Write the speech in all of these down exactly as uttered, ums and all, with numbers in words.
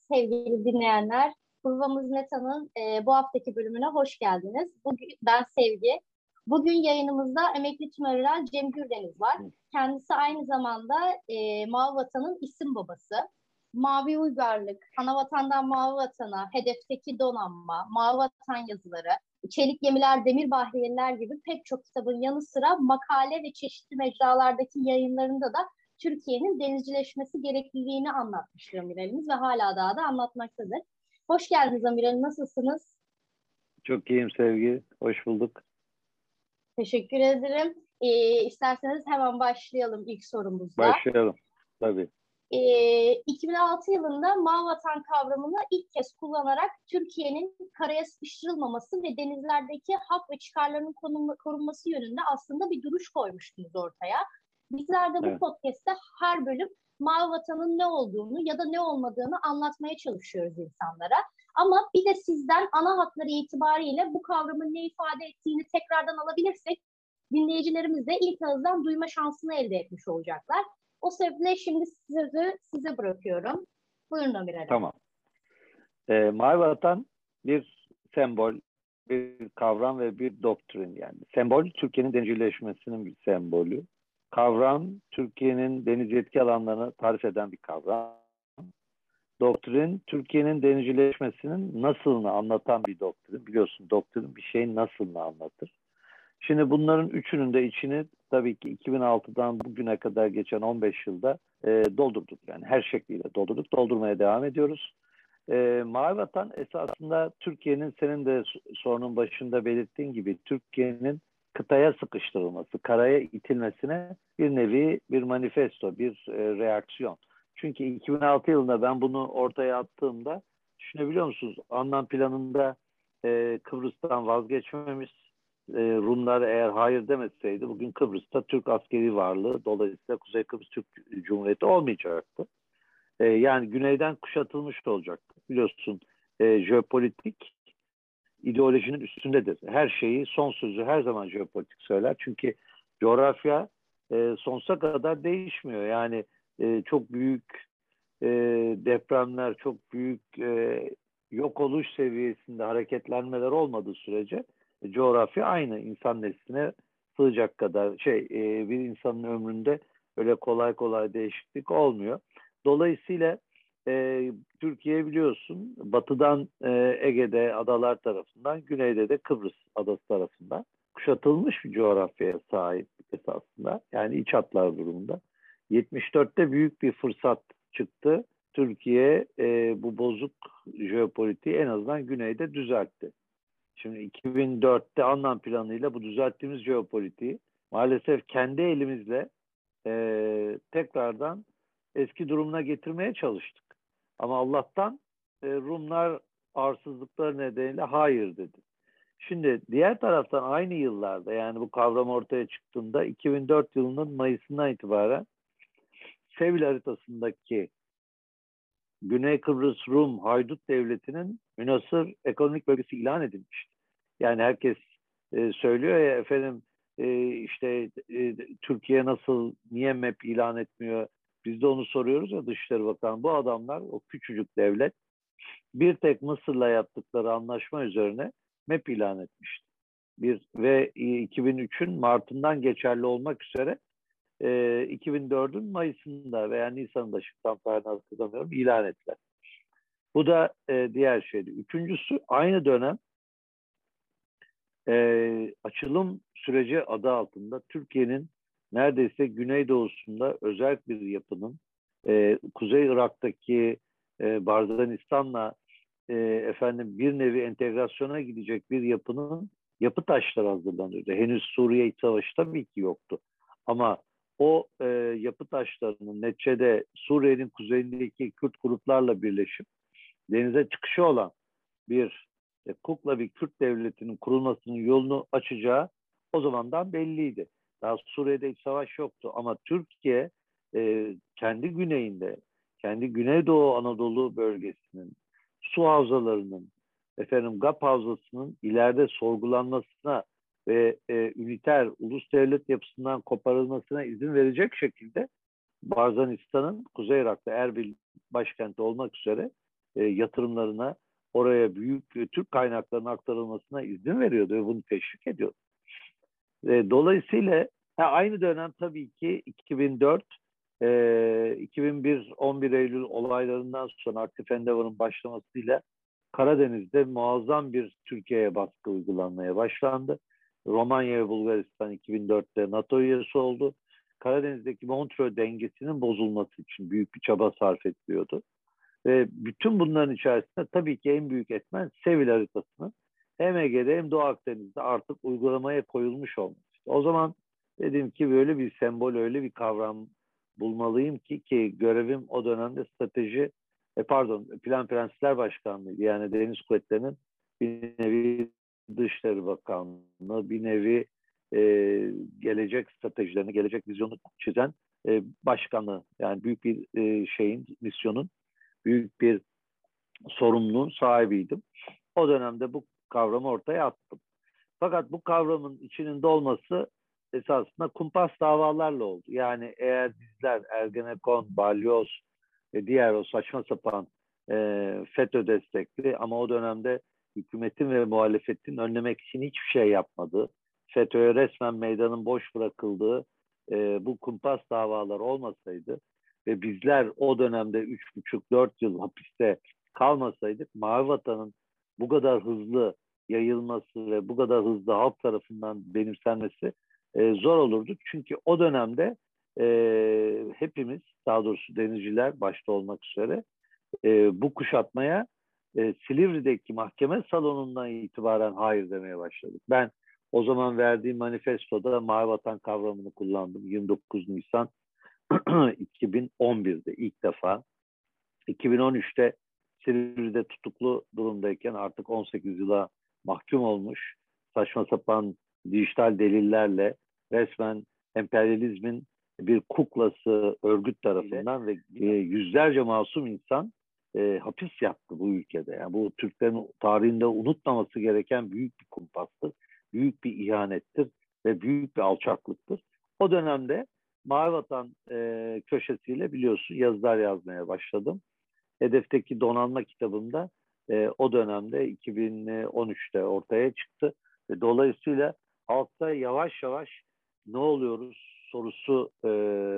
sevgili dinleyenler. Kurvamız Neta'nın e, bu haftaki bölümüne hoş geldiniz. Bugün ben Sevgi. Bugün yayınımızda emekli tümeral Cem Gürdeniz var. Kendisi aynı zamanda e, Mavi Vatan'ın isim babası. Mavi Uygarlık, Anavatan'dan Mavi Vatan'a, Hedefteki Donanma, Mavi Vatan yazıları, Çelik Gemiler, Demir Bahriyeliler gibi pek çok kitabın yanı sıra makale ve çeşitli mecralardaki yayınlarında da Türkiye'nin denizcileşmesi gerekliliğini anlatmıştır amiralimiz ve hala daha da anlatmaktadır. Hoş geldiniz amiral, nasılsınız? Çok iyiyim Sevgi, hoş bulduk. Teşekkür ederim. Ee, isterseniz hemen başlayalım ilk sorumuzla. Başlayalım, tabii. Ee, iki bin altı yılında Mavi Vatan kavramını ilk kez kullanarak Türkiye'nin karaya sıkıştırılmaması ve denizlerdeki hak ve çıkarlarının korunması yönünde aslında bir duruş koymuştunuz ortaya. Bizler de bu Evet. podcast'te her bölüm Mavi Vatan'ın ne olduğunu ya da ne olmadığını anlatmaya çalışıyoruz insanlara. Ama bir de sizden ana hatları itibariyle bu kavramın ne ifade ettiğini tekrardan alabilirsek dinleyicilerimiz de ilk ağızdan duyma şansını elde etmiş olacaklar. O sebeple şimdi sözü size bırakıyorum. Buyurun Amiral. Tamam. Ee, Mavi Vatan bir sembol, bir kavram ve bir doktrin yani. Sembol, Türkiye'nin denizcileşmesinin bir sembolü. Kavram, Türkiye'nin deniz yetki alanlarını tarif eden bir kavram. Doktrin, Türkiye'nin denizcileşmesinin nasılını anlatan bir doktrin. Biliyorsun doktrin bir şeyin nasılını anlatır. Şimdi bunların üçünün de içini tabii ki iki bin altıdan bugüne kadar geçen on beş yılda e, doldurduk. Yani her şekliyle doldurduk. Doldurmaya devam ediyoruz. E, Mavi Vatan esasında Türkiye'nin senin de sorunun başında belirttiğin gibi Türkiye'nin kıtaya sıkıştırılması, karaya itilmesine bir nevi bir manifesto, bir e, reaksiyon. Çünkü iki bin altı yılında ben bunu ortaya attığımda düşünebiliyor musunuz? Anlam planında e, Kıbrıs'tan vazgeçmemiz, e, Rumlar eğer hayır demeseydi bugün Kıbrıs'ta Türk askeri varlığı dolayısıyla Kuzey Kıbrıs Türk Cumhuriyeti olmayacaktı. E, yani güneyden kuşatılmış da olacaktı. Biliyorsun e, jeopolitik ideolojinin üstündedir. Her şeyi, son sözü her zaman jeopolitik söyler. Çünkü coğrafya e, sonsuza kadar değişmiyor. Yani e, çok büyük e, depremler, çok büyük e, yok oluş seviyesinde hareketlenmeler olmadığı sürece e, coğrafya aynı. İnsan nesline sığacak kadar şey e, bir insanın ömründe öyle kolay kolay değişiklik olmuyor. Dolayısıyla e, Türkiye biliyorsun batıdan e, Ege'de adalar tarafından, güneyde de Kıbrıs adası tarafından kuşatılmış bir coğrafyaya sahip esasında. Yani iç hatlar durumunda. yetmiş dörtte büyük bir fırsat çıktı. Türkiye e, bu bozuk jeopolitiği en azından güneyde düzeltti. Şimdi iki bin dörtte anlam planıyla bu düzelttiğimiz jeopolitiği maalesef kendi elimizle e, tekrardan eski durumuna getirmeye çalıştık. Ama Allah'tan e, Rumlar arsızlıkları nedeniyle hayır dedi. Şimdi diğer taraftan aynı yıllarda yani bu kavram ortaya çıktığında iki bin dört yılının Mayıs'ından itibaren Sevil haritasındaki Güney Kıbrıs Rum Haydut Devleti'nin münhasır ekonomik bölgesi ilan edilmişti. Yani herkes e, söylüyor ya efendim e, işte e, Türkiye nasıl niye M E P ilan etmiyor? Biz de onu soruyoruz ya Dışişleri Bakanı. Bu adamlar o küçücük devlet bir tek Mısır'la yaptıkları anlaşma üzerine M E P ilan etmişti. Bir, ve iki bin üçün Mart'ından geçerli olmak üzere e, iki bin dördün Mayıs'ında veya Nisan'ında şimdi tam tarihini hatırlamıyorum ilan ettiler. Bu da e, diğer şeydi. Üçüncüsü aynı dönem e, açılım süreci adı altında Türkiye'nin neredeyse güneydoğusunda özel bir yapının e, Kuzey Irak'taki e, Barzanistan'la e, efendim bir nevi entegrasyona gidecek bir yapının yapı taşları hazırlanıyordu. Henüz Suriye İç Savaşı tabii ki yoktu. Ama o e, yapı taşlarının neticede Suriye'nin kuzeyindeki Kürt gruplarla birleşip denize çıkışı olan bir e, kukla bir Kürt devletinin kurulmasının yolunu açacağı o zamandan belliydi. Daha Suriye'de iç savaş yoktu ama Türkiye e, kendi güneyinde, kendi Güneydoğu Anadolu bölgesinin su havzalarının, efendim GAP havzasının ileride sorgulanmasına ve e, üniter ulus devlet yapısından koparılmasına izin verecek şekilde Barzanistan'ın Kuzey Irak'ta Erbil başkenti olmak üzere e, yatırımlarına, oraya büyük e, Türk kaynaklarının aktarılmasına izin veriyordu ve bunu teşvik ediyordu. E, dolayısıyla ha, aynı dönem tabii ki iki bin dört, e, iki bin bir on bir Eylül olaylarından sonra Aktif Endeavor'ın başlamasıyla Karadeniz'de muazzam bir Türkiye'ye baskı uygulanmaya başlandı. Romanya ve Bulgaristan iki bin dörtte NATO üyesi oldu. Karadeniz'deki Montreux dengesinin bozulması için büyük bir çaba sarf ediliyordu. Ve bütün bunların içerisinde tabii ki en büyük etmen Sevil haritasının hem Ege'de hem Doğu Akdeniz'de artık uygulamaya koyulmuş olması. O zaman dedim ki böyle bir sembol, öyle bir kavram bulmalıyım ki ki görevim o dönemde strateji, e pardon Plan Prensipler Başkanlığı'ydı. Yani Deniz Kuvvetleri'nin bir nevi Dışişleri Bakanlığı, bir nevi e, gelecek stratejilerini, gelecek vizyonu çizen e, başkanı. Yani büyük bir e, şeyin, misyonun büyük bir sorumluluğun sahibiydim. O dönemde bu kavramı ortaya attım. Fakat bu kavramın içinin dolması esasında kumpas davalarla oldu. Yani eğer bizler Ergenekon, Balyoz ve diğer o saçma sapan e, FETÖ destekli ama o dönemde hükümetin ve muhalefetin önlemek için hiçbir şey yapmadığı, FETÖ'ye resmen meydanın boş bırakıldığı e, bu kumpas davalar olmasaydı ve bizler o dönemde üç buçuk dört yıl hapiste kalmasaydık Mavi Vatan'ın bu kadar hızlı yayılması ve bu kadar hızlı halk tarafından benimsenmesi e, zor olurdu. Çünkü o dönemde e, hepimiz, daha doğrusu denizciler başta olmak üzere e, bu kuşatmaya e, Silivri'deki mahkeme salonundan itibaren hayır demeye başladık. Ben o zaman verdiğim manifestoda Mavi Vatan kavramını kullandım. yirmi dokuz Nisan iki bin on birde ilk defa. iki bin on üçte Silivri'de tutuklu durumdayken artık on sekiz yıla mahkum olmuş, saçma sapan dijital delillerle resmen emperyalizmin bir kuklası örgüt tarafından ve e, yüzlerce masum insan e, hapis yattı bu ülkede. Yani bu Türklerin tarihinde unutmaması gereken büyük bir kumpastır, büyük bir ihanettir ve büyük bir alçaklıktır. O dönemde Mavi Vatan e, köşesiyle biliyorsun yazılar yazmaya başladım. Hedefteki donanma kitabımda e, o dönemde iki bin on üçte ortaya çıktı. Ve dolayısıyla halkta yavaş yavaş ne oluyoruz sorusu e,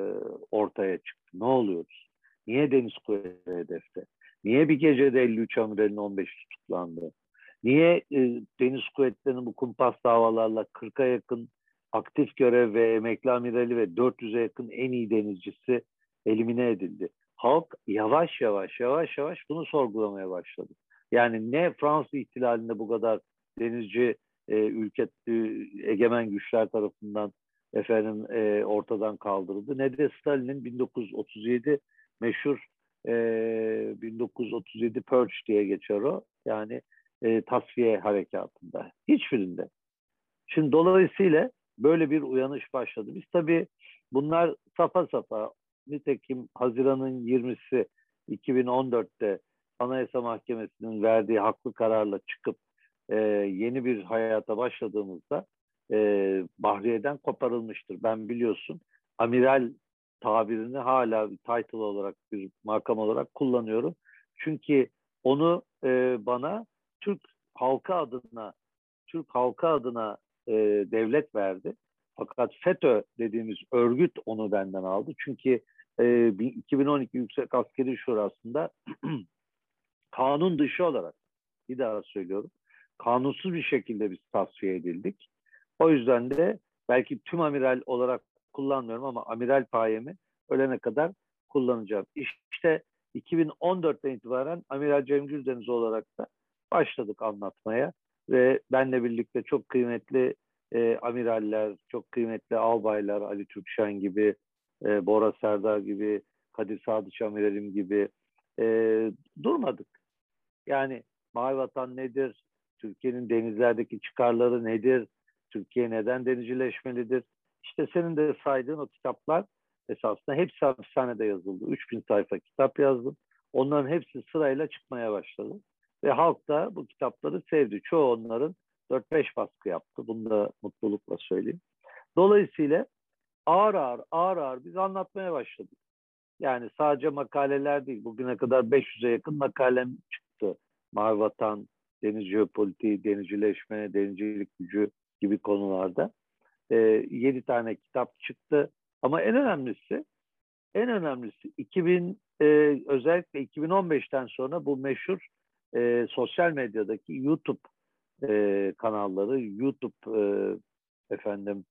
ortaya çıktı. Ne oluyoruz? Niye Deniz Kuvvetleri hedefte? Niye bir gecede elli üç amiralin on beşi tutuklandı? Niye e, Deniz Kuvvetleri'nin bu kumpas davalarla kırka yakın aktif görev ve emekli amirali ve dört yüze yakın en iyi denizcisi elimine edildi? Halk yavaş yavaş yavaş yavaş bunu sorgulamaya başladı. Yani ne Fransız ihtilalinde bu kadar denizci e, ülke e, egemen güçler tarafından efendim e, ortadan kaldırıldı, ne de Stalin'in bin dokuz yüz otuz yedi meşhur e, bin dokuz yüz otuz yedi Purge diye geçer o. Yani e, tasfiye harekatında. Hiçbirinde. Şimdi dolayısıyla böyle bir uyanış başladı. Biz tabii bunlar safa safa, nitekim Haziran'ın yirmisi iki bin on dörtte Anayasa Mahkemesi'nin verdiği haklı kararla çıkıp e, yeni bir hayata başladığımızda e, Bahriye'den koparılmıştır. Ben biliyorsun amiral tabirini hala bir title olarak, bir makam olarak kullanıyorum. Çünkü onu e, bana Türk halkı adına Türk halkı adına e, devlet verdi. Fakat FETÖ dediğimiz örgüt onu benden aldı. Çünkü e, iki bin on iki Yüksek Askeri Şurası'nda kanun dışı olarak, bir daha söylüyorum, kanunsuz bir şekilde biz tasfiye edildik. O yüzden de belki tüm amiral olarak kullanmıyorum ama amiral payemi ölene kadar kullanacağım. İşte iki bin on dörtten itibaren Amiral Cem Güldeniz olarak da başladık anlatmaya ve benle birlikte çok kıymetli e, amiraller, çok kıymetli albaylar, Ali Türkşen gibi, e, Bora Serdar gibi, Kadir Sadıç amiralim gibi e, durmadık. Yani Mavi Vatan nedir? Türkiye'nin denizlerdeki çıkarları nedir? Türkiye neden denizcileşmelidir? İşte senin de saydığın o kitaplar esasında hepsi hapishanede yazıldı. üç bin sayfa kitap yazdım. Onların hepsi sırayla çıkmaya başladı. Ve halk da bu kitapları sevdi. Çoğu onların dört beş baskı yaptı. Bunu da mutlulukla söyleyeyim. Dolayısıyla ağır ağır ağır ağır biz anlatmaya başladık. Yani sadece makaleler değil. Bugüne kadar beş yüze yakın makalem çıktı. Mavi Vatan, deniz jeopolitiği, denizcileşme, denizcilik gücü gibi konularda. E, yedi tane kitap çıktı. Ama en önemlisi, en önemlisi iki bin e, özellikle iki bin on beşten sonra bu meşhur e, sosyal medyadaki YouTube e, kanalları, YouTube e, efendim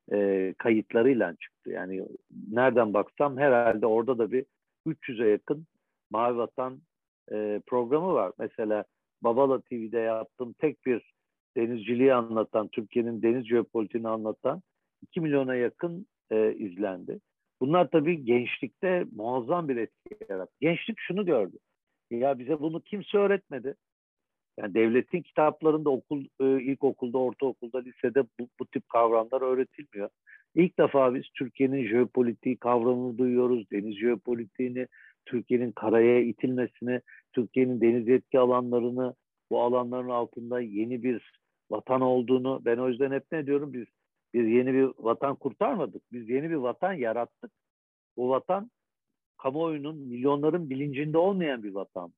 e, kayıtlarıyla çıktı. Yani nereden baksam herhalde orada da bir üç yüze yakın Mavi Vatan e, programı var. Mesela Babala T V'de yaptığım tek bir denizciliği anlatan, Türkiye'nin deniz jeopolitiğini anlatan iki milyona yakın e, izlendi. Bunlar tabii gençlikte muazzam bir etki yarattı. Gençlik şunu gördü. Ya bize bunu kimse öğretmedi. Yani devletin kitaplarında okul, e, ilkokulda, ortaokulda, lisede bu, bu tip kavramlar öğretilmiyor. İlk defa biz Türkiye'nin jeopolitiği kavramını duyuyoruz. Deniz jeopolitiğini, Türkiye'nin karaya itilmesini, Türkiye'nin deniz yetki alanlarını, bu alanların altında yeni bir vatan olduğunu. Ben o yüzden hep ne diyorum? Biz, biz yeni bir vatan kurtarmadık. Biz yeni bir vatan yarattık. Bu vatan kamuoyunun, milyonların bilincinde olmayan bir vatan.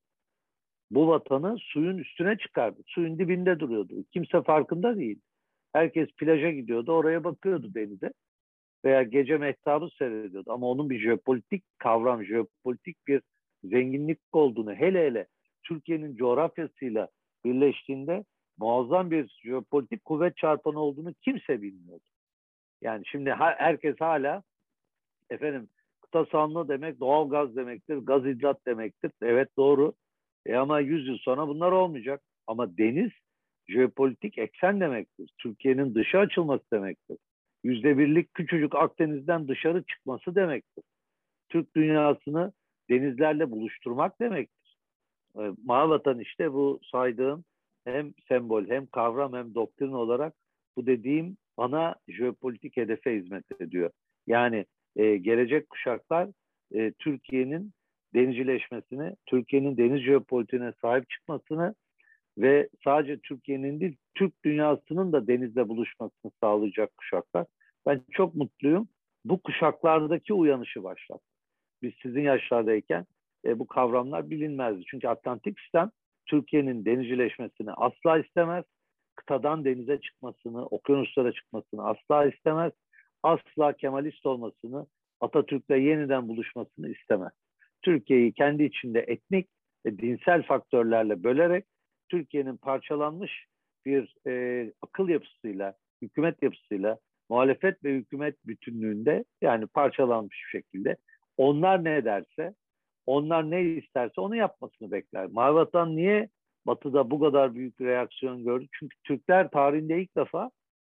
Bu vatanı suyun üstüne çıkardı. Suyun dibinde duruyordu. Kimse farkında değil. Herkes plaja gidiyordu, oraya bakıyordu denize. Veya gece mehtabı seyrediyordu. Ama onun bir jeopolitik kavram, jeopolitik bir zenginlik olduğunu, hele hele Türkiye'nin coğrafyasıyla birleştiğinde muazzam bir jeopolitik kuvvet çarpanı olduğunu kimse bilmiyordu. Yani şimdi herkes hala efendim kıta sahanlığı demek doğal gaz demektir, gaz hidrat demektir. Evet doğru. E ama yüz yıl sonra bunlar olmayacak. Ama deniz jeopolitik eksen demektir. Türkiye'nin dışa açılması demektir. Yüzde birlik küçücük Akdeniz'den dışarı çıkması demektir. Türk dünyasını denizlerle buluşturmak demektir. E, Mavi Vatan işte bu saydığım hem sembol hem kavram hem doktrin olarak bu dediğim ana jeopolitik hedefe hizmet ediyor. Yani e, gelecek kuşaklar e, Türkiye'nin denizcileşmesini, Türkiye'nin deniz jeopolitiğine sahip çıkmasını ve sadece Türkiye'nin değil, Türk dünyasının da denizle buluşmasını sağlayacak kuşaklar. Ben çok mutluyum. Bu kuşaklardaki uyanışı başlattı. Biz sizin yaşlardayken e, bu kavramlar bilinmezdi. Çünkü Atlantik sistem Türkiye'nin denizcileşmesini asla istemez. Kıtadan denize çıkmasını, okyanuslara çıkmasını asla istemez. Asla Kemalist olmasını, Atatürk'le yeniden buluşmasını istemez. Türkiye'yi kendi içinde etnik ve dinsel faktörlerle bölerek Türkiye'nin parçalanmış bir e, akıl yapısıyla, hükümet yapısıyla, muhalefet ve hükümet bütünlüğünde yani parçalanmış bir şekilde onlar ne derse, onlar ne isterse onu yapmasını bekler. Mavi Vatan niye Batı'da bu kadar büyük reaksiyon gördü? Çünkü Türkler tarihinde ilk defa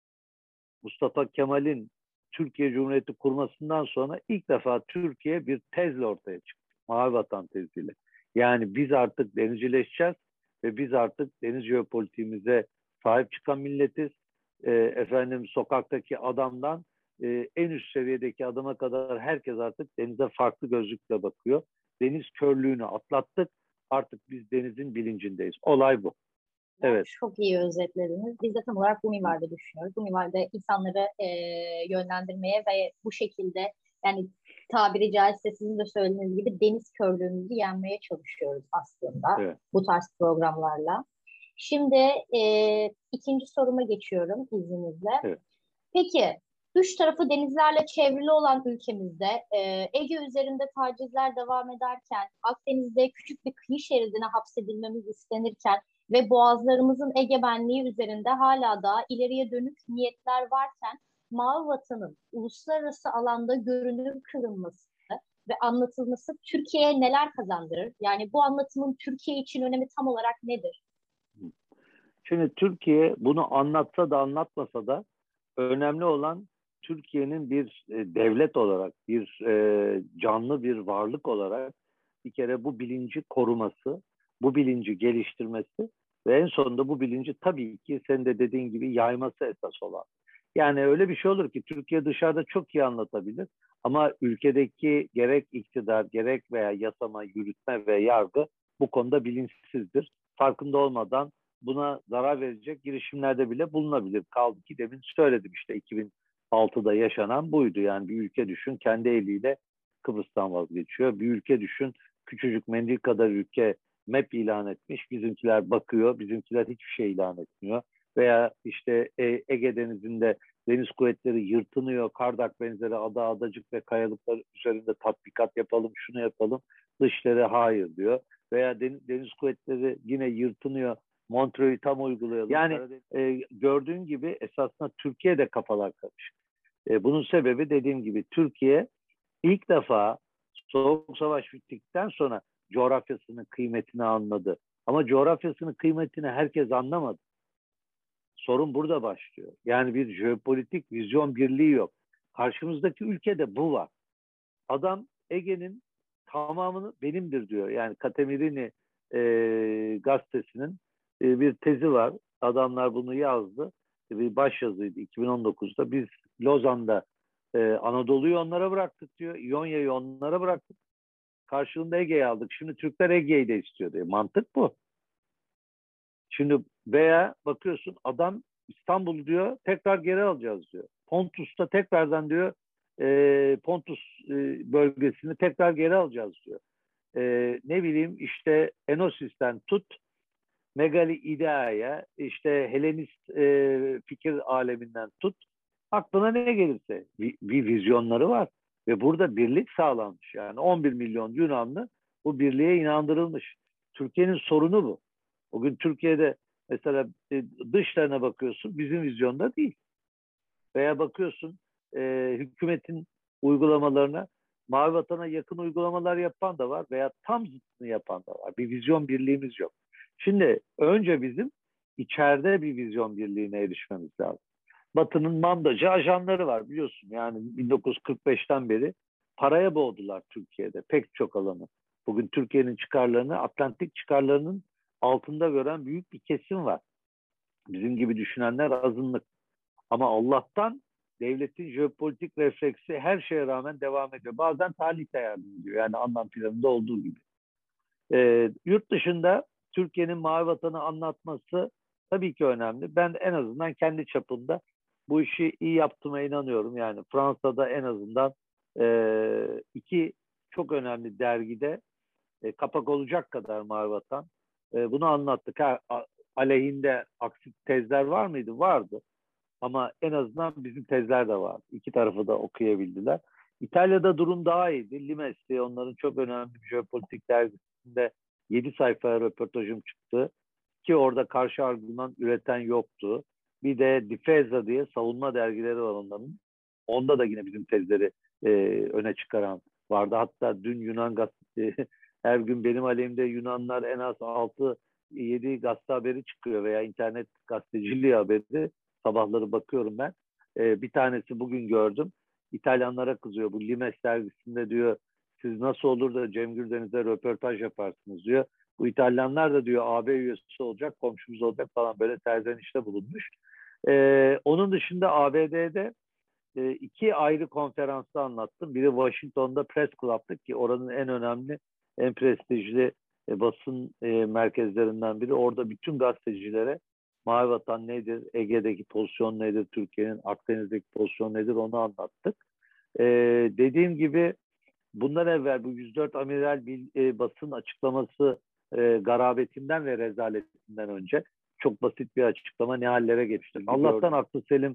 Mustafa Kemal'in Türkiye Cumhuriyeti kurmasından sonra ilk defa Türkiye bir tezle ortaya çıktı. Mavi Vatan teziyle. Yani biz artık denizcileşeceğiz ve biz artık deniz jeopolitiğimize sahip çıkan milletiz. E, efendim sokaktaki adamdan e, en üst seviyedeki adama kadar herkes artık denize farklı gözlükle bakıyor. Deniz körlüğünü atlattık. Artık biz denizin bilincindeyiz. Olay bu. Evet. Çok iyi özetlediniz. Biz de tam olarak bu minvalde düşünüyoruz. Bu minvalde insanları e, yönlendirmeye ve bu şekilde yani tabiri caizse sizin de söylediğiniz gibi deniz körlüğümüzü yenmeye çalışıyoruz aslında Evet. bu tarz programlarla. Şimdi e, ikinci soruma geçiyorum izninizle. Evet. Peki üç tarafı denizlerle çevrili olan ülkemizde e, Ege üzerinde tacizler devam ederken, Akdeniz'de küçük bir kıyı şeridine hapsedilmemiz istenirken ve boğazlarımızın egemenliği üzerinde hala da ileriye dönük niyetler varken Mavi Vatan'ın uluslararası alanda görünür kılınması ve anlatılması Türkiye'ye neler kazandırır? Yani bu anlatımın Türkiye için önemi tam olarak nedir? Şimdi Türkiye bunu anlatsa da anlatmasa da önemli olan Türkiye'nin bir e, devlet olarak, bir e, canlı bir varlık olarak bir kere bu bilinci koruması, bu bilinci geliştirmesi ve en sonunda bu bilinci tabii ki senin de dediğin gibi yayması esas olan. Yani öyle bir şey olur ki Türkiye dışarıda çok iyi anlatabilir ama ülkedeki gerek iktidar, gerek veya yasama, yürütme ve yargı bu konuda bilinçsizdir. Farkında olmadan buna zarar verecek girişimlerde bile bulunabilir. Kaldı ki demin söyledim işte iki bin altıda yaşanan buydu. Yani bir ülke düşün kendi eliyle Kıbrıs'tan vazgeçiyor. Bir ülke düşün, küçücük mendil kadar ülke map ilan etmiş. Bizimkiler bakıyor, bizimkiler hiçbir şey ilan etmiyor. Veya işte e, Ege Denizi'nde deniz kuvvetleri yırtınıyor. Kardak benzeri ada, adacık ve kayalıklar üzerinde tatbikat yapalım, şunu yapalım. Dışişleri hayır diyor. Veya deniz, deniz kuvvetleri yine yırtınıyor. Montreux'u tam uygulayalım. Yani e, gördüğün gibi esasında Türkiye'de kafalar karışık. E, bunun sebebi dediğim gibi Türkiye ilk defa Soğuk Savaş bittikten sonra coğrafyasının kıymetini anladı. Ama coğrafyasının kıymetini herkes anlamadı. Sorun burada başlıyor. Yani bir jeopolitik vizyon birliği yok. Karşımızdaki ülkede bu var. Adam Ege'nin tamamını benimdir diyor. Yani Katemirini e, gazetesinin e, bir tezi var. Adamlar bunu yazdı. E, bir başyazıydı iki bin on dokuzda. Biz Lozan'da e, Anadolu'yu onlara bıraktık diyor. İonya'yı onlara bıraktık. Karşılığında Ege'yi aldık. Şimdi Türkler Ege'yi de istiyor diyor. Mantık bu. Şimdi veya bakıyorsun adam İstanbul'u diyor tekrar geri alacağız diyor. Pontus'ta tekrardan diyor e, Pontus e, bölgesini tekrar geri alacağız diyor. E, ne bileyim işte Enosis'ten tut Megali İdea'ya işte Helenist e, fikir aleminden tut aklına ne gelirse bir, bir vizyonları var ve burada birlik sağlanmış. Yani on bir milyon Yunanlı bu birliğe inandırılmış. Türkiye'nin sorunu bu. Bugün Türkiye'de mesela e, dışlarına bakıyorsun bizim vizyonda değil. Veya bakıyorsun e, hükümetin uygulamalarına Mavi Vatan'a yakın uygulamalar yapan da var veya tam zıttını yapan da var. Bir vizyon birliğimiz yok. Şimdi önce bizim içeride bir vizyon birliğine erişmemiz lazım. Batı'nın mandacı ajanları var biliyorsun. Yani bin dokuz yüz kırk beşten beri paraya boğdular Türkiye'de pek çok alanı. Bugün Türkiye'nin çıkarlarını, Atlantik çıkarlarının altında gören büyük bir kesim var. Bizim gibi düşünenler azınlık. Ama Allah'tan devletin jeopolitik refleksi her şeye rağmen devam ediyor. Bazen talih de yardım ediyor. Yani anlam planında olduğu gibi. Ee, yurt dışında Türkiye'nin Mavi Vatan'ı anlatması tabii ki önemli. Ben en azından kendi çapımda bu işi iyi yaptığıma inanıyorum. Yani Fransa'da en azından e, iki çok önemli dergide e, kapak olacak kadar Mavi Vatan. E, bunu anlattık. Ha, a, aleyhinde aksi tezler var mıydı? Vardı. Ama en azından bizim tezler de vardı. İki tarafı da okuyabildiler. İtalya'da durum daha iyiydi. Limes diye onların çok önemli bir jeopolitik dergisinde yedi sayfaya röportajım çıktı. Ki orada karşı argüman üreten yoktu. Bir de Difesa diye savunma dergileri var onların. Onda da yine bizim tezleri e, öne çıkaran vardı. Hatta dün Yunan gazetesi her gün benim aleyhimde Yunanlar en az altı yedi gazete haberi çıkıyor veya internet gazeteciliği haberi. Sabahları bakıyorum ben. E, bir tanesi bugün gördüm. İtalyanlara kızıyor. Bu Limes dergisinde diyor siz nasıl olur da Cem Gürdeniz'e röportaj yaparsınız diyor. Bu İtalyanlar da diyor A B üyesi olacak, komşumuz olacak falan böyle serzenişte bulunmuş. E, onun dışında A B D'de e, iki ayrı konferansta anlattım. Biri Washington'da Press Club'tı ki oranın en önemli, en prestijli e, basın e, merkezlerinden biri. Orada bütün gazetecilere Mavi Vatan nedir, Ege'deki pozisyon nedir, Türkiye'nin Akdeniz'deki pozisyon nedir onu anlattık. E, dediğim gibi bundan evvel bu yüz dört amiral bil, e, basın açıklaması e, garabetinden ve rezaletinden önce çok basit bir açıklama ne hallere geçti. Allah'tan aklı selim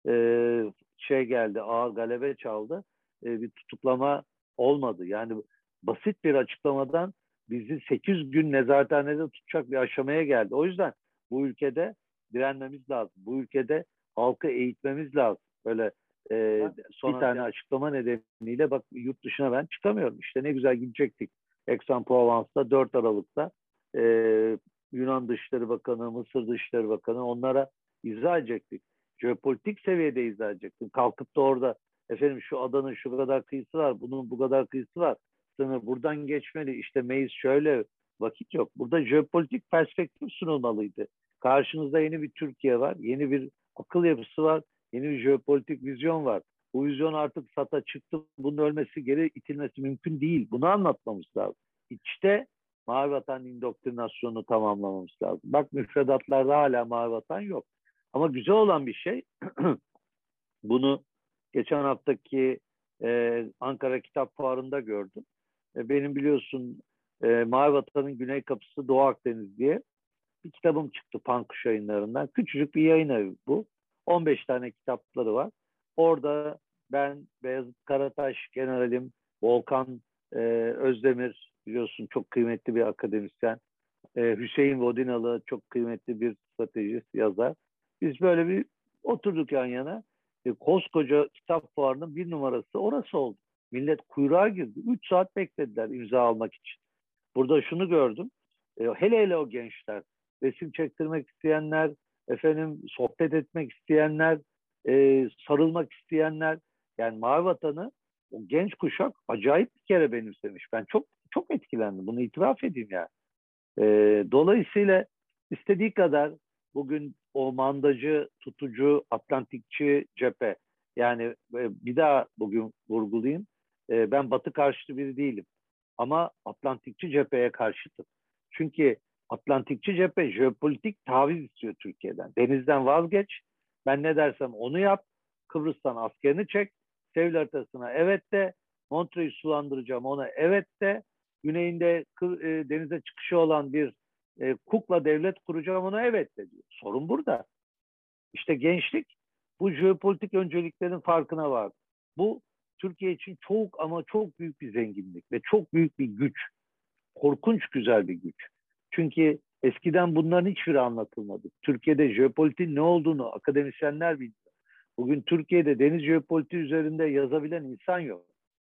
e, şey geldi, ağır galebe çaldı. E, bir tutuklama olmadı. Yani basit bir açıklamadan bizi sekiz gün nezarethanede tutacak bir aşamaya geldi. O yüzden bu ülkede direnmemiz lazım. Bu ülkede halkı eğitmemiz lazım. Böyle e, bir tane açıklama nedeniyle bak yurt dışına ben çıkamıyorum. İşte ne güzel gidecektik. Aix-en-Provence'da dört Aralık'ta e, Yunan Dışişleri Bakanı, Mısır Dışişleri Bakanı onlara izah edecektik. Jeopolitik seviyede izah edecektim. Kalkıp da orada efendim şu adanın şu kadar kıyısı var, bunun bu kadar kıyısı var. Sınır buradan geçmeli. İşte Meis şöyle vakit yok. Burada jeopolitik perspektif sunulmalıydı. Karşınızda yeni bir Türkiye var, yeni bir akıl yapısı var, yeni bir jeopolitik vizyon var. Bu vizyon artık sata çıktı. Bunun ölmesi, geri itilmesi mümkün değil. Bunu anlatmamız lazım. İçte Mavi Vatan indoktrinasyonunu tamamlamamız lazım. Bak müfredatlarda hala Mavi Vatan yok. Ama güzel olan bir şey bunu geçen haftaki e, Ankara Kitap Fuarı'nda gördüm. E, benim biliyorsun e, Mavi Vatan'ın Güney Kapısı Doğu Akdeniz diye bir kitabım çıktı Pankuş Yayınları'ndan. Küçücük bir yayın evi bu. on beş tane kitapları var. Orada ben, Beyazıt Karataş generalim, Volkan e, Özdemir biliyorsun çok kıymetli bir akademisyen, e, Hüseyin Vodinalı çok kıymetli bir stratejist, yazar. Biz böyle bir oturduk yan yana. E, koskoca kitap fuarının bir numarası orası oldu. Millet kuyruğa girdi. Üç saat beklediler imza almak için. Burada şunu gördüm. E, hele hele o gençler, resim çektirmek isteyenler, efendim sohbet etmek isteyenler, e, sarılmak isteyenler, yani Mavi Vatan'ı o genç kuşak acayip bir kere benimsemiş. Ben çok çok etkilendim. Bunu itiraf edeyim yani. E, dolayısıyla istediği kadar bugün o mandacı, tutucu, Atlantikçi cephe. Yani e, bir daha bugün vurgulayayım. E, ben Batı karşıtı biri değilim. Ama Atlantikçi cepheye karşıtım. Çünkü Atlantikçi cephe jeopolitik taviz istiyor Türkiye'den. Denizden vazgeç. Ben ne dersem onu yap. Kıbrıs'tan askerini çek. Sevil haritasına evet de. Montreux'u sulandıracağım ona evet de. Güneyinde e, denize çıkışı olan bir e, kukla devlet kuracağım ona evet de diyor. Sorun burada. İşte gençlik bu jeopolitik önceliklerin farkına vardı. Bu Türkiye için çok ama çok büyük bir zenginlik ve çok büyük bir güç. Korkunç güzel bir güç. Çünkü eskiden bunların hiçbiri anlatılmadı. Türkiye'de jeopolitiğin ne olduğunu akademisyenler bilmiyor. Bugün Türkiye'de deniz jeopolitiği üzerinde yazabilen insan yok.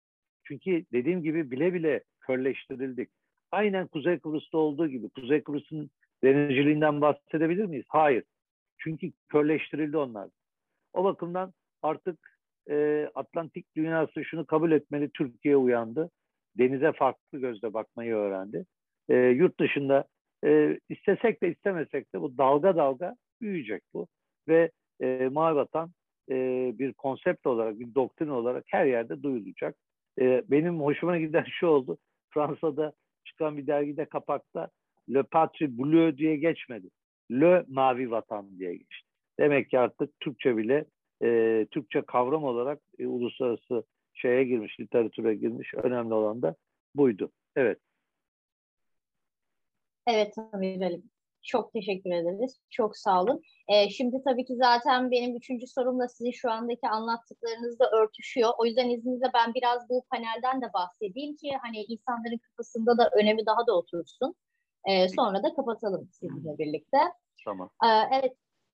Çünkü dediğim gibi bile bile körleştirildik. Aynen Kuzey Kıbrıs'ta olduğu gibi. Kuzey Kıbrıs'ın denizciliğinden bahsedebilir miyiz? Hayır. Çünkü körleştirildi onlar. O bakımdan artık e, Atlantik dünyası şunu kabul etmeli, Türkiye uyandı. Denize farklı gözle bakmayı öğrendi. E, yurt dışında e, istesek de istemesek de bu dalga dalga büyüyecek bu. Ve e, Mavi Vatan e, bir konsept olarak, bir doktrin olarak her yerde duyulacak. E, benim hoşuma giden şu oldu. Fransa'da çıkan bir dergide kapakta Le Patrie Bleu diye geçmedi. Le Mavi Vatan diye geçti. Demek ki artık Türkçe bile e, Türkçe kavram olarak e, uluslararası şeye girmiş, literatüre girmiş. Önemli olan da buydu. Evet. Evet Amir Ali. Çok teşekkür ederiz. Çok sağ olun. Ee, şimdi tabii ki zaten benim üçüncü sorumla sizin şu andaki anlattıklarınızla örtüşüyor. O yüzden izninizle ben biraz bu panelden de bahsedeyim ki hani insanların kafasında da önemi daha da otursun. Ee, sonra da kapatalım sizinle birlikte. Tamam. Ee, evet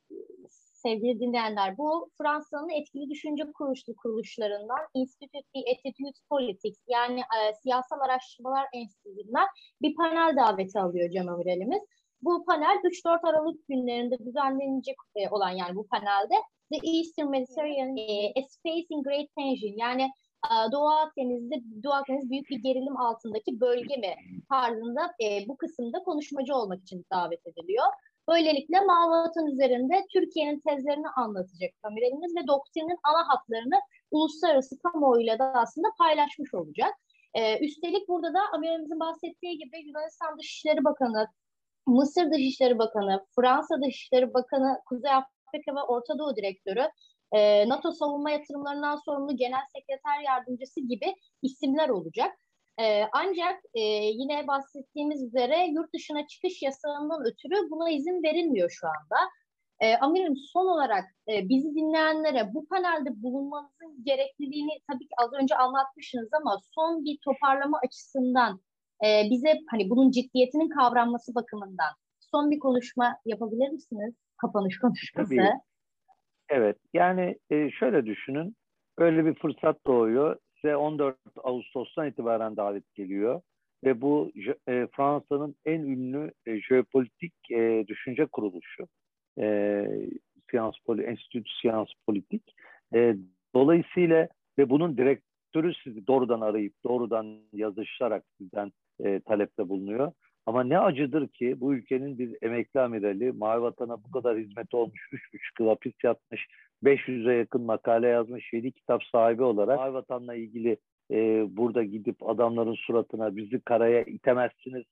sevgili dinleyenler, bu Fransa'nın etkili düşünce kuruluşlu kuruluşlarından Institut d'Etudes Politiques yani e, Siyasal Araştırmalar Enstitüsü'nden bir panel daveti alıyor Cem Ömrelimiz. Bu panel üç dört Aralık günlerinde düzenlenecek e, olan yani bu panelde The Eastern Mediterranean e, a Space in Great Tension yani e, Doğu Akdeniz'de Doğu Akdeniz büyük bir gerilim altındaki bölge mi tarzında e, bu kısımda konuşmacı olmak için davet ediliyor. Böylelikle Mavi Vatan üzerinde Türkiye'nin tezlerini anlatacak Amiralimiz ve doktrinin ana hatlarını uluslararası kamuoyuyla da aslında paylaşmış olacak. Ee, üstelik burada da Amiralimizin bahsettiği gibi Yunanistan Dışişleri Bakanı, Mısır Dışişleri Bakanı, Fransa Dışişleri Bakanı, Kuzey Afrika ve Orta Doğu Direktörü, e, NATO savunma yatırımlarından sorumlu Genel Sekreter Yardımcısı gibi isimler olacak. Ee, ancak e, yine bahsettiğimiz üzere yurt dışına çıkış yasağından ötürü buna izin verilmiyor şu anda. E, amirim son olarak e, bizi dinleyenlere bu panelde bulunmanızın gerekliliğini tabii ki az önce anlatmışsınız ama son bir toparlama açısından e, bize hani bunun ciddiyetinin kavranması bakımından son bir konuşma yapabilir misiniz? Kapanış konuşması. Tabii. Evet. Yani e, şöyle düşünün. Öyle bir fırsat doğuyor. Size on dört Ağustos'tan itibaren davet geliyor. Ve bu e, Fransa'nın en ünlü e, jeopolitik e, düşünce kuruluşu. E, Sciences Poli, Enstitü Sciences Politik. E, dolayısıyla ve bunun direktörü sizi doğrudan arayıp doğrudan yazışarak sizden e, talepte bulunuyor. Ama ne acıdır ki bu ülkenin bir emekli amirali Mavi Vatan'a bu kadar hizmeti olmuş, üç buçuk yıl hapis yatmış, beş yüze yakın makale yazmış, yedi kitap sahibi olarak Mavi Vatan'la ilgili e, burada gidip adamların suratına bizi karaya itemezsiniz.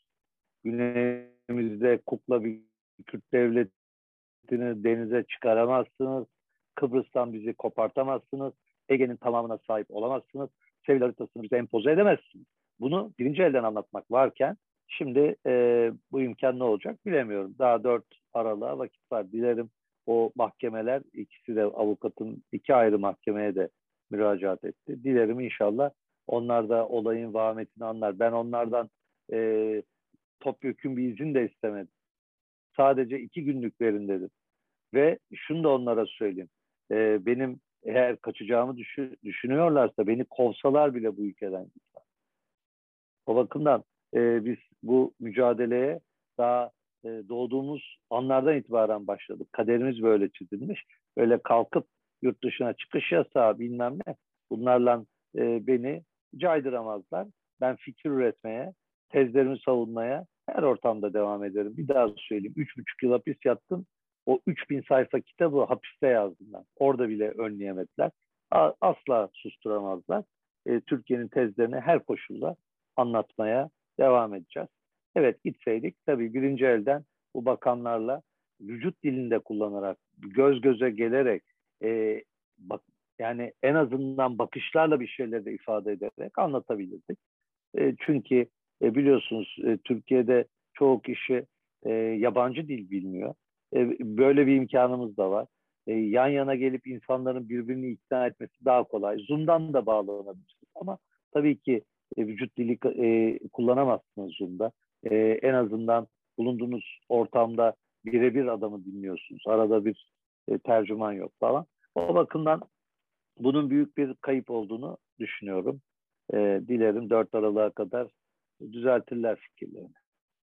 Güneyimizde kukla bir Kürt devletini denize çıkaramazsınız. Kıbrıs'tan bizi kopartamazsınız. Ege'nin tamamına sahip olamazsınız. Sevil haritasını bize empoze edemezsiniz. Bunu birinci elden anlatmak varken şimdi e, bu imkan ne olacak bilemiyorum. Daha dört Aralık'a vakit var. Dilerim o mahkemeler, ikisi de avukatın iki ayrı mahkemeye de müracaat etti. Dilerim inşallah onlar da olayın vahametini anlar. Ben onlardan e, topyekun bir izin de istemedim. Sadece iki günlük verin dedim. Ve şunu da onlara söyleyeyim. E, benim eğer kaçacağımı düşün, düşünüyorlarsa beni kovsalar bile bu ülkeden gitmem. O bakımdan e, biz bu mücadeleye daha e, doğduğumuz anlardan itibaren başladık. Kaderimiz böyle çizilmiş. Böyle kalkıp yurt dışına çıkış yasağı bilmem ne. Bunlarla e, beni caydıramazlar. Ben fikir üretmeye, tezlerimi savunmaya her ortamda devam ederim. Bir daha söyleyeyim. Üç buçuk yıl hapis yattım. O üç bin sayfa kitabı hapiste yazdım ben. Orada bile önleyemediler. Asla susturamazlar. E, Türkiye'nin tezlerini her koşulda anlatmaya devam edeceğiz. Evet gitseydik tabii birinci elden bu bakanlarla vücut dilinde kullanarak, göz göze gelerek e, bak, yani en azından bakışlarla bir şeyleri de ifade ederek anlatabilirdik. E, çünkü e, biliyorsunuz e, Türkiye'de çoğu kişi e, yabancı dil bilmiyor. E, böyle bir imkanımız da var. E, yan yana gelip insanların birbirini ikna etmesi daha kolay. Zoom'dan da bağlanabilirsiniz ama tabii ki e, vücut dili e, kullanamazsınız Zoom'da. E, en azından bulunduğunuz ortamda birebir adamı dinliyorsunuz. Arada bir e, tercüman yok falan. O bakımdan bunun büyük bir kayıp olduğunu düşünüyorum. E, dilerim dört Aralık'a kadar düzeltirler fikirlerini.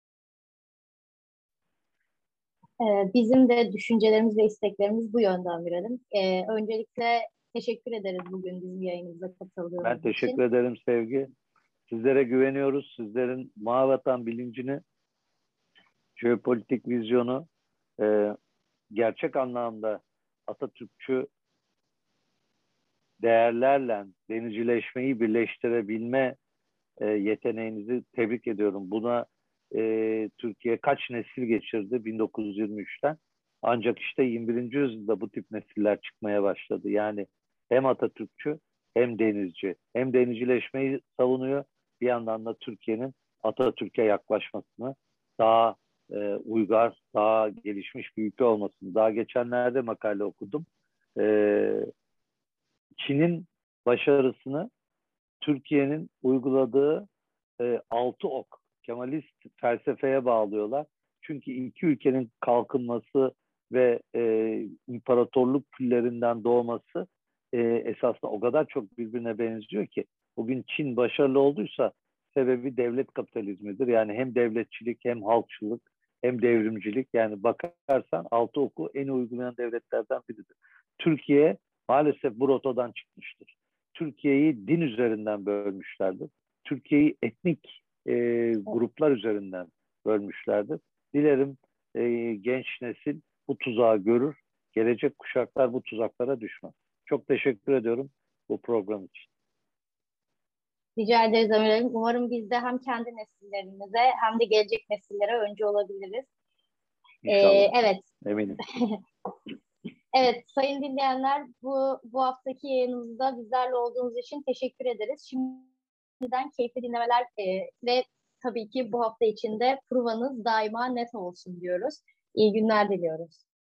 Ee, bizim de düşüncelerimiz ve isteklerimiz bu yönde amirim. Ee, öncelikle teşekkür ederiz bugün bizim yayınımıza katıldığınız Ben için. teşekkür ederim Sevgi. Sizlere güveniyoruz. Sizlerin Mavi Vatan bilincini, jeopolitik vizyonu, e, gerçek anlamda Atatürkçü değerlerle denizcileşmeyi birleştirebilme e, yeteneğinizi tebrik ediyorum. Buna e, Türkiye kaç nesil geçirdi bin dokuz yüz yirmi üçten. Ancak işte yirmi birinci yüzyılda bu tip nesiller çıkmaya başladı. Yani hem Atatürkçü hem denizci. Hem denizcileşmeyi savunuyor. Bir yandan da Türkiye'nin Atatürk'e yaklaşmasını, daha e, uygar, daha gelişmiş bir ülke olmasını. Daha geçenlerde makale okudum. E, Çin'in başarısını Türkiye'nin uyguladığı e, altı ok Kemalist felsefeye bağlıyorlar. Çünkü iki ülkenin kalkınması ve e, imparatorluk küllerinden doğması e, esasında o kadar çok birbirine benziyor ki bugün Çin başarılı olduysa sebebi devlet kapitalizmidir. Yani hem devletçilik hem halkçılık hem devrimcilik, yani bakarsan altı oku en iyi uygulayan devletlerden biridir. Türkiye maalesef bu rotadan çıkmıştır. Türkiye'yi din üzerinden bölmüşlerdir. Türkiye'yi etnik e, gruplar üzerinden bölmüşlerdir. Dilerim e, genç nesil bu tuzağı görür, gelecek kuşaklar bu tuzaklara düşmez. Çok teşekkür ediyorum bu program için. Rica ederiz amirim. Umarım biz de hem kendi nesillerimize hem de gelecek nesillere öncü olabiliriz. İnşallah. Ee, evet. Eminim. Evet, sayın dinleyenler, bu bu haftaki yayınımızda bizlerle olduğunuz için teşekkür ederiz. Şimdiden keyifli dinlemeler e, ve tabii ki bu hafta içinde provanız daima net olsun diyoruz. İyi günler diliyoruz.